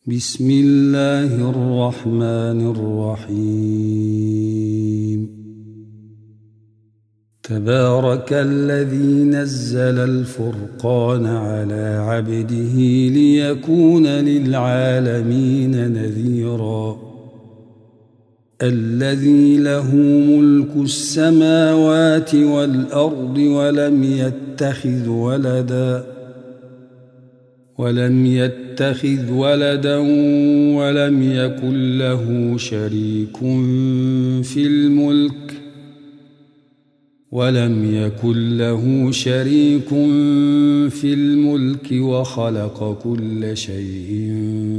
بسم الله الرحمن الرحيم. تبارك الذي نزل الفرقان على عبده ليكون للعالمين نذيرا. الذي له ملك السماوات والأرض ولم يتخذ ولدا ولم يكن له شريك في الملك وخلق كل شيء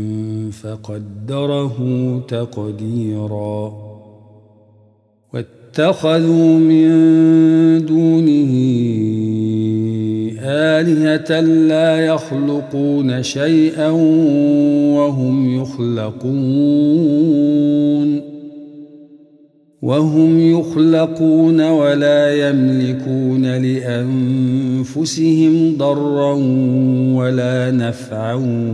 فقدره تقديرا. واتخذوا من دونه آلهة لا يخلقون شيئا وهم يخلقون ولا يملكون لأنفسهم ضرا ولا نفعا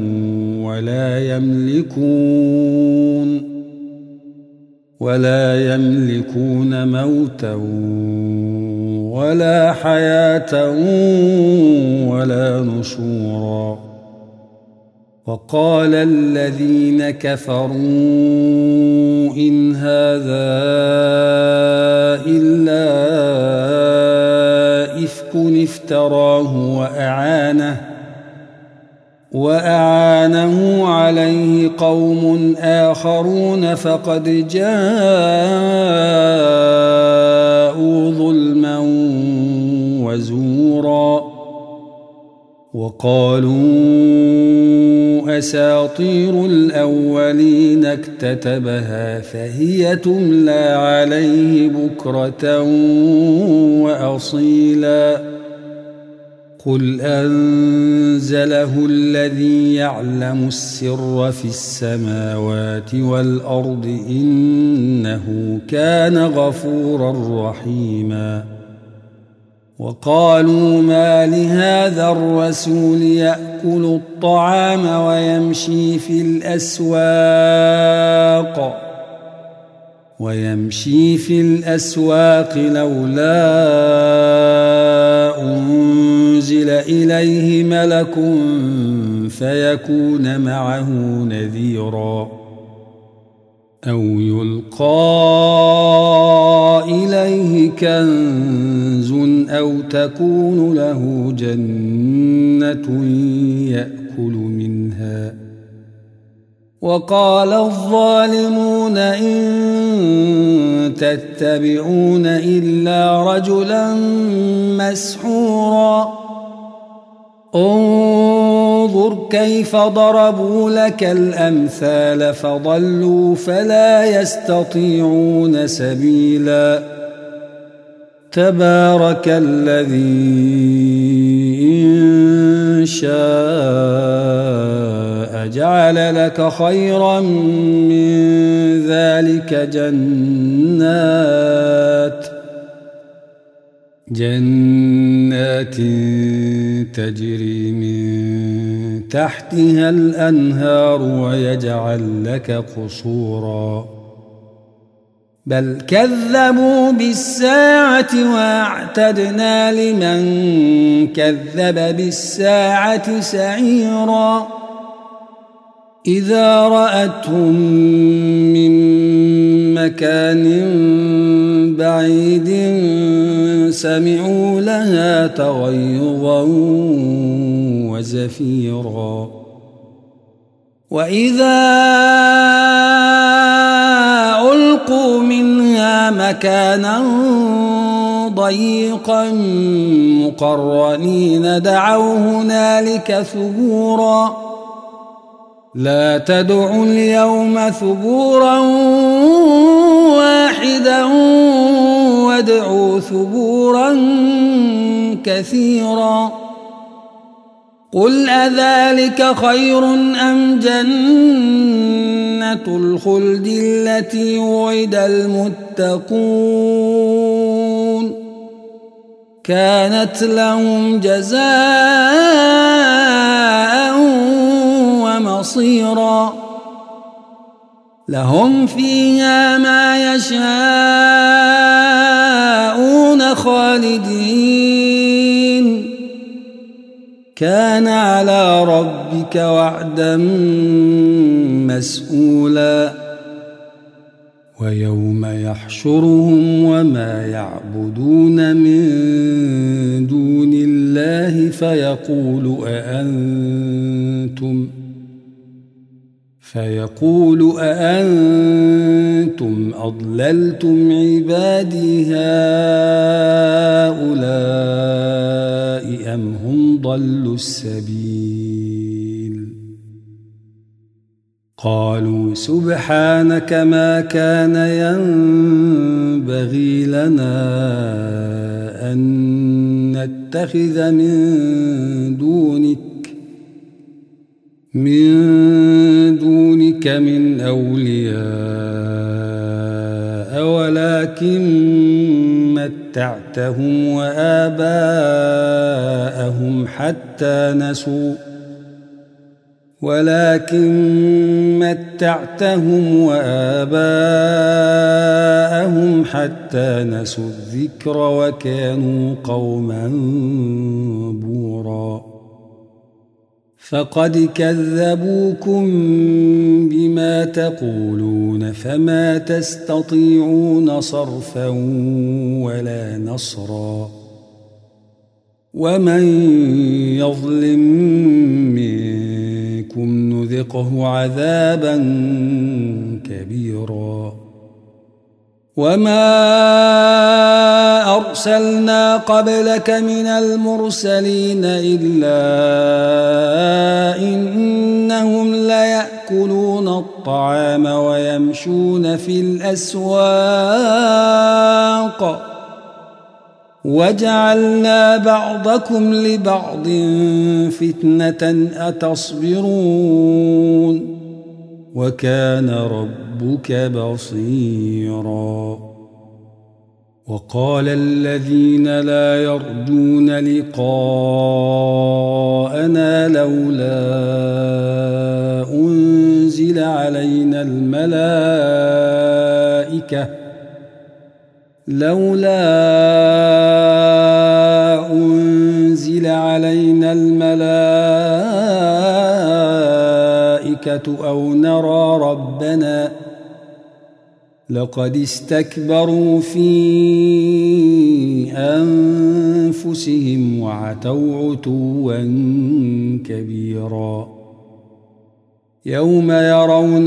ولا يملكون موتا ولا حياة ولا نشورا. وقال الذين كفروا إن هذا إلا إفك افتراه وأعانه عليه قوم آخرون فقد جاءوا ظلما وزورا. وقالوا أساطير الأولين اكتتبها فهي تملى عليه بكرة وأصيلا. قل أنزله الذي يعلم السر في السماوات والأرض إنه كان غفورا رحيما. وقالوا ما لهذا الرسول يأكل الطعام ويمشي في الأسواق لولا أنزل إليه ملك فيكون معه نذيرا أو يلقى إليه كنز أو تكون له جنة يأكل منها. وقال الظالمون إن تتبعون إلا رجلا مسحورا. انظر كيف ضربوا لك الأمثال فضلوا فلا يستطيعون سبيلا. تبارك الذي إن شاء جعل لك خيرا من ذلك جنات تجري من تحتها الأنهار ويجعل لك قصورا. بل كذبوا بالساعة واعتدنا لمن كذب بالساعة سعيرا. إذا رأتهم من مكان بعيد سمعوا لها تغيظا وزفيرا. وإذا ألقوا منها مكانا ضيقا مقرنين دعوا هنالك ثبورا. لا تدعوا اليوم ثبورا واحدا وادعوا ثبورا كثيرا. قل أذلك خير أم جنة الخلد التي وعد المتقون كانت لهم جزاء مصيرا لهم فيها ما يشاءون خالدين كان على ربك وعدا مسئولا ويوم يحشرهم وما يعبدون من دون الله فيقول أأنتم أضللتم عبادي هؤلاء أم هم ضلوا السبيل قالوا سبحانك ما كان ينبغي لنا أن نتخذ من دونك من أولياء ولكن متعتهم وآباءهم حتى نسوا الذكر وكانوا قوما بورا فقد كذبوكم بما تقولون فما تستطيعون صرفا ولا نصرا ومن يظلم منكم نذقه عذابا كبيرا وما أرسلنا قبلك من المرسلين إلا إنهم ليأكلون الطعام ويمشون في الأسواق وجعلنا بعضكم لبعض فتنة أتصبرون وكان ربك بصيرا وقال الذين لا يرجون لقاءنا لولا أنزل علينا الملائكة أو نرى ربنا لقد استكبروا في أنفسهم وعتوا عتوا كبيرا يوم يرون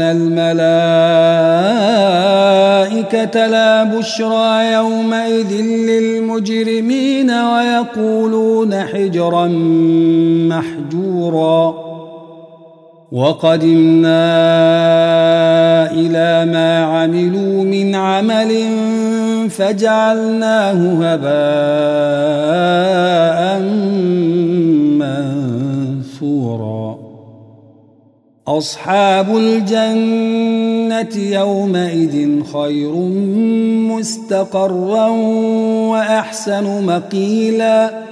الملائكة لا بشرى يومئذ للمجرمين ويقولون حجرا محجورا وقدمنا إلى ما عملوا من عمل فجعلناه هباء منثورا أصحاب الجنة يومئذ خير مستقرا وأحسن مقيلا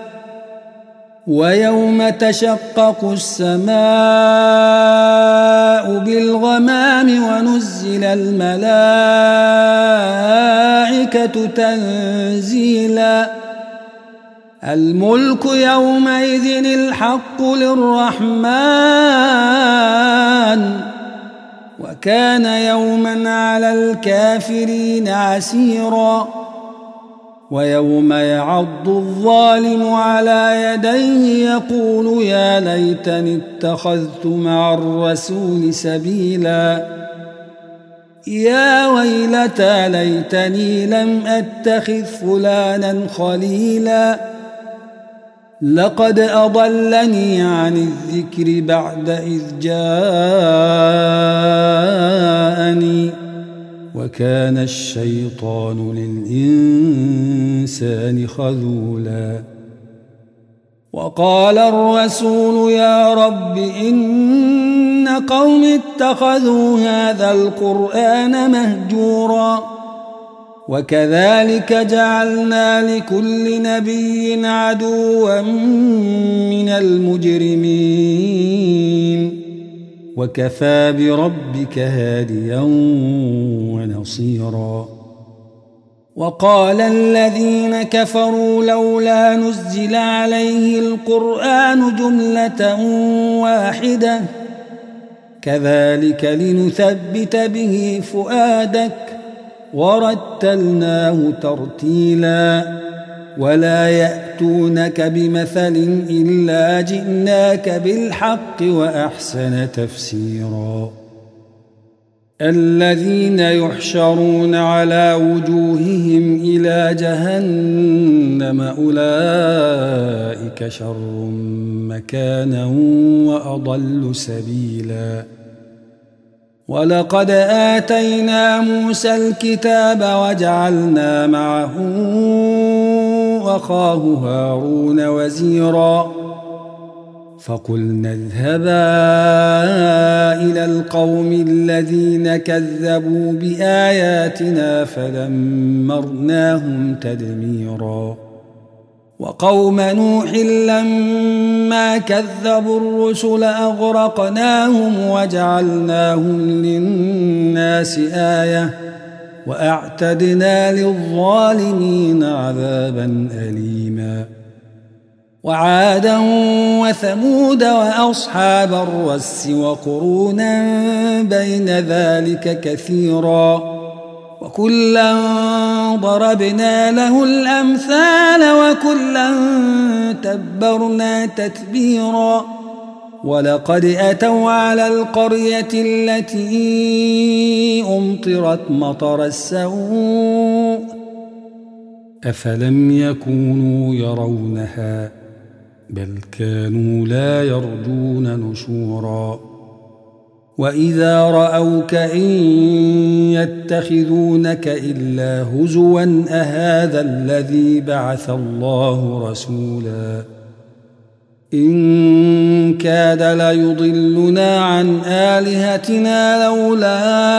ويوم تشقق السماء بالغمام ونزل الملائكة تنزيلا الملك يومئذ الحق للرحمن وكان يوما على الكافرين عسيرا ويوم يعض الظالم على يديه يقول يا ليتني اتخذت مع الرسول سبيلا يا ويلتى ليتني لم أتخذ فلانا خليلا لقد أضلني عن الذكر بعد إذ جاءني وكان الشيطان للإنسان خذولا وقال الرسول يا رب إن قوم اتخذوا هذا القرآن مهجورا وكذلك جعلنا لكل نبي عدوا من المجرمين وكفى بربك هاديا ونصيرا وقال الذين كفروا لولا نزل عليه القرآن جملة واحدة كذلك لنثبت به فؤادك ورتلناه ترتيلا ولا يأتونك بمثل إلا جئناك بالحق وأحسن تفسيرا الذين يحشرون على وجوههم إلى جهنم أولئك شر مكانا وأضل سبيلا ولقد آتينا موسى الكتاب وجعلنا معه أخاه هارون وزيرا فقلنا اذهبا إلى القوم الذين كذبوا بآياتنا فدمرناهم تدميرا وقوم نوح لما كذبوا الرسل أغرقناهم وجعلناهم للناس آية وأعتدنا للظالمين عذابا أليما وعادا وثمود وأصحاب الرس وقرونا بين ذلك كثيرا وكلا ضربنا له الأمثال وكلا تبرنا تتبيرا ولقد أتوا على القرية التي أمطرت مطر السوء أفلم يكونوا يرونها بل كانوا لا يرجون نشورا وإذا رأوك إن يتخذونك إلا هزوا أهذا الذي بعث الله رسولا إن كاد ليضلنا عن آلهتنا لولا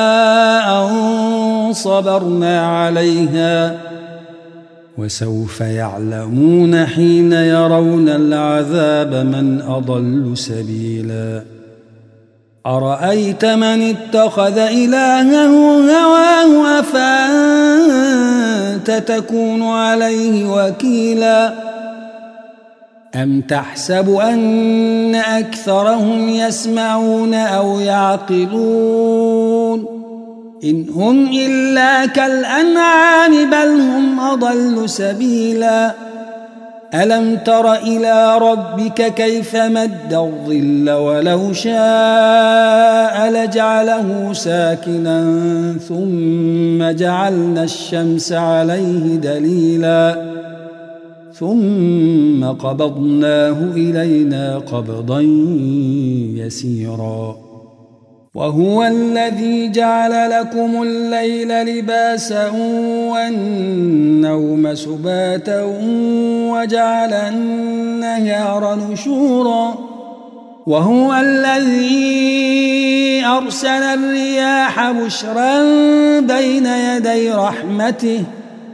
أن صبرنا عليها وسوف يعلمون حين يرون العذاب من أضل سبيلا أرأيت من اتخذ إلهه هواه أفأنت تكون عليه وكيلا أم تحسب أن أكثرهم يسمعون أو يعقلون إن هم إلا كالأنعام بل هم أضل سبيلا ألم تر إلى ربك كيف مد الظل ولو شاء لجعله ساكنا ثم جعلنا الشمس عليه دليلا ثم قبضناه إلينا قبضا يسيرا وهو الذي جعل لكم الليل لباسا والنوم سباتا وجعل النهار نشورا وهو الذي أرسل الرياح بشرا بين يدي رحمته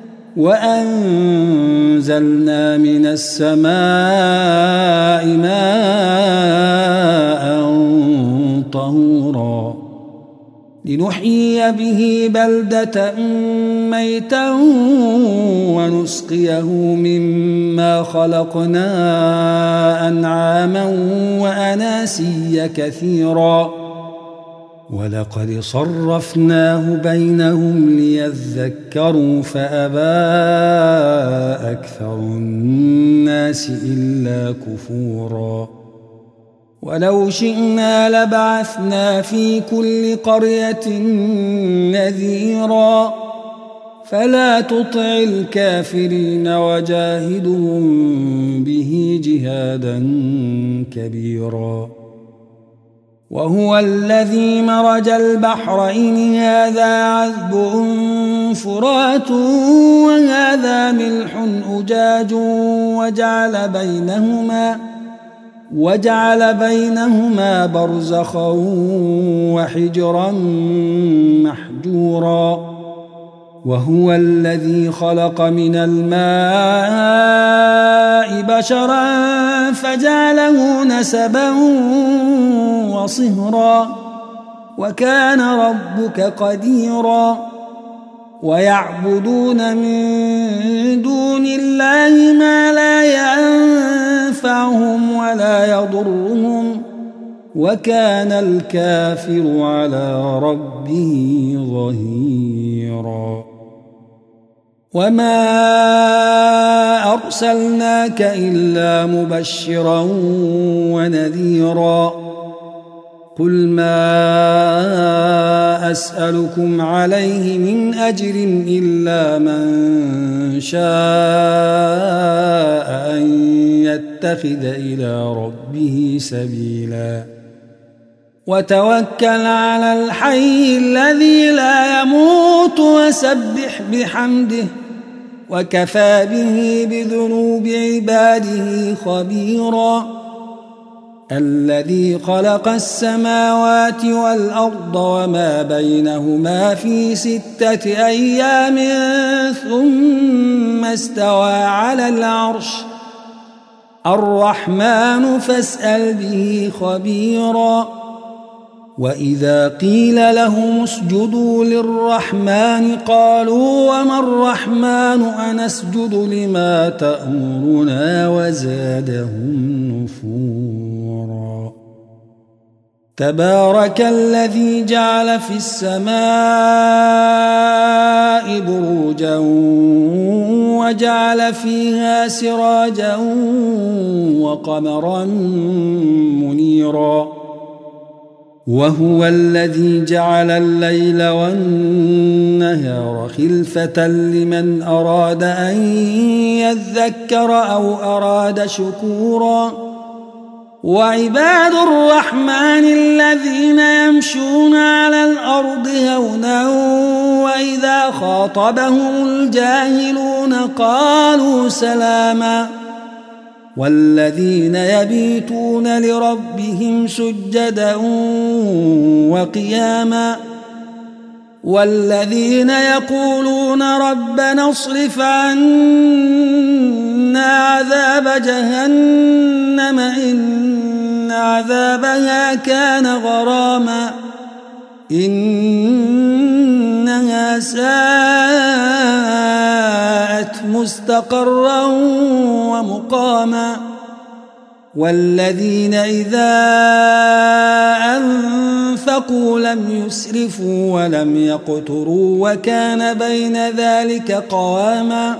وأنزلنا من السماء ماء طهورا لنحيي به بلدة ميتا ونسقيه مما خلقنا أنعاما وأناسيا كثيرا ولقد صرفناه بينهم ليذكروا فأبى أكثر الناس إلا كفورا ولو شئنا لبعثنا في كل قرية نذيرا فلا تطع الكافرين وجاهدهم به جهادا كبيرا وهو الذي مرج البحرين هذا عذب فرات وهذا ملح أجاج وجعل بينهما برزخا وحجرا محجورا وهو الذي خلق من الماء بشرا فجعله نسبا وصهرا وكان ربك قديرا ويعبدون من دون الله ما لا ينفعهم ولا يضرهم وكان الكافر على ربه ظهيرا وما أرسلناك إلا مبشرا ونذيرا قل ما أسألكم عليه من أجر إلا من شاء أن يتخذ إلى ربه سبيلا وتوكل على الحي الذي لا يموت وسبح بحمده وكفى به بذنوب عباده خبيرا الذي خلق السماوات والأرض وما بينهما في 6 أيام ثم استوى على العرش الرحمن فاسأل به خبيرا وإذا قيل لهم اسجدوا للرحمن قالوا وما الرحمن أنسجد لما تأمرنا وزادهم نفورا تبارك الذي جعل في السماء بروجا وجعل فيها سراجا وقمرا منيرا وهو الذي جعل الليل والنهار خلفة لمن أراد أن يذكر أو أراد شكورا وعباد الرحمن الذين يمشون على الأرض هونا وإذا خاطبهم الجاهلون قالوا سلاما والذين يبيتون لربهم سجدا وقياما والذين يقولون ربنا اصرف عنا عذاب جهنم إن عذابها كان غراما إنها ساءت مستقرا ومقاما والذين إذا أنفقوا لم يسرفوا ولم يقتروا وكان بين ذلك قواما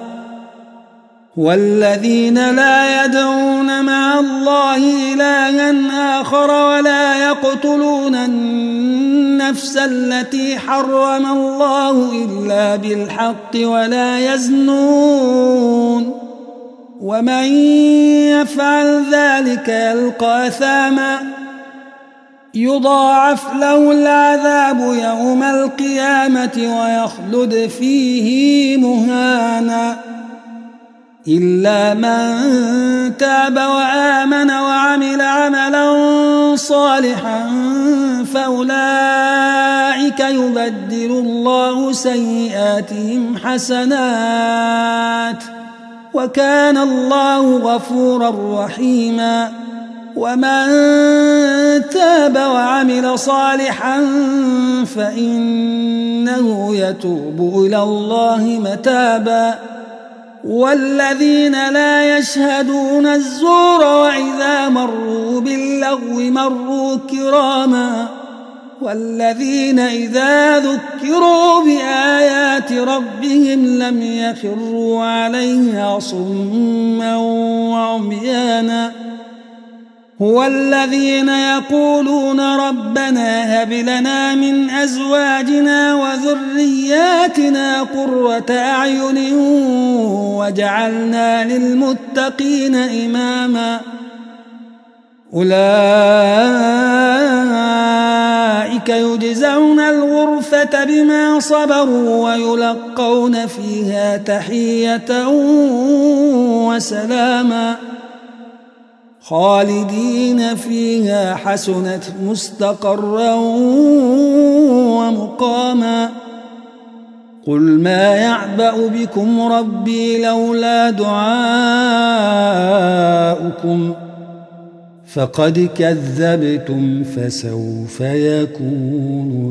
والذين لا يدعون مع الله إلها آخر ولا يقتلون النفس التي حرم الله إلا بالحق ولا يزنون ومن يفعل ذلك يلقى أثاما يضاعف له العذاب يوم القيامة ويخلد فيه مهانا إلا من تاب وآمن وعمل عملا صالحا فأولئك يبدل الله سيئاتهم حسنات وكان الله غفورا رحيما ومن تاب وعمل صالحا فإنه يتوب إلى الله متابا والذين لا يشهدون الزور وإذا مروا باللغو مروا كراما والذين إذا ذكروا بآيات ربهم لم يخروا عليها صما وعميانا هو الذين يقولون ربنا هب لنا من أزواجنا وذرياتنا قرة أعين وجعلنا للمتقين إماما أولئك يجزون الغرفة بما صبروا ويلقون فيها تحية وسلاما خالدين فيها حسنت مستقرا ومقاما قل ما يعبأ بكم ربي لولا دعاؤكم فقد كذبتم فسوف يكون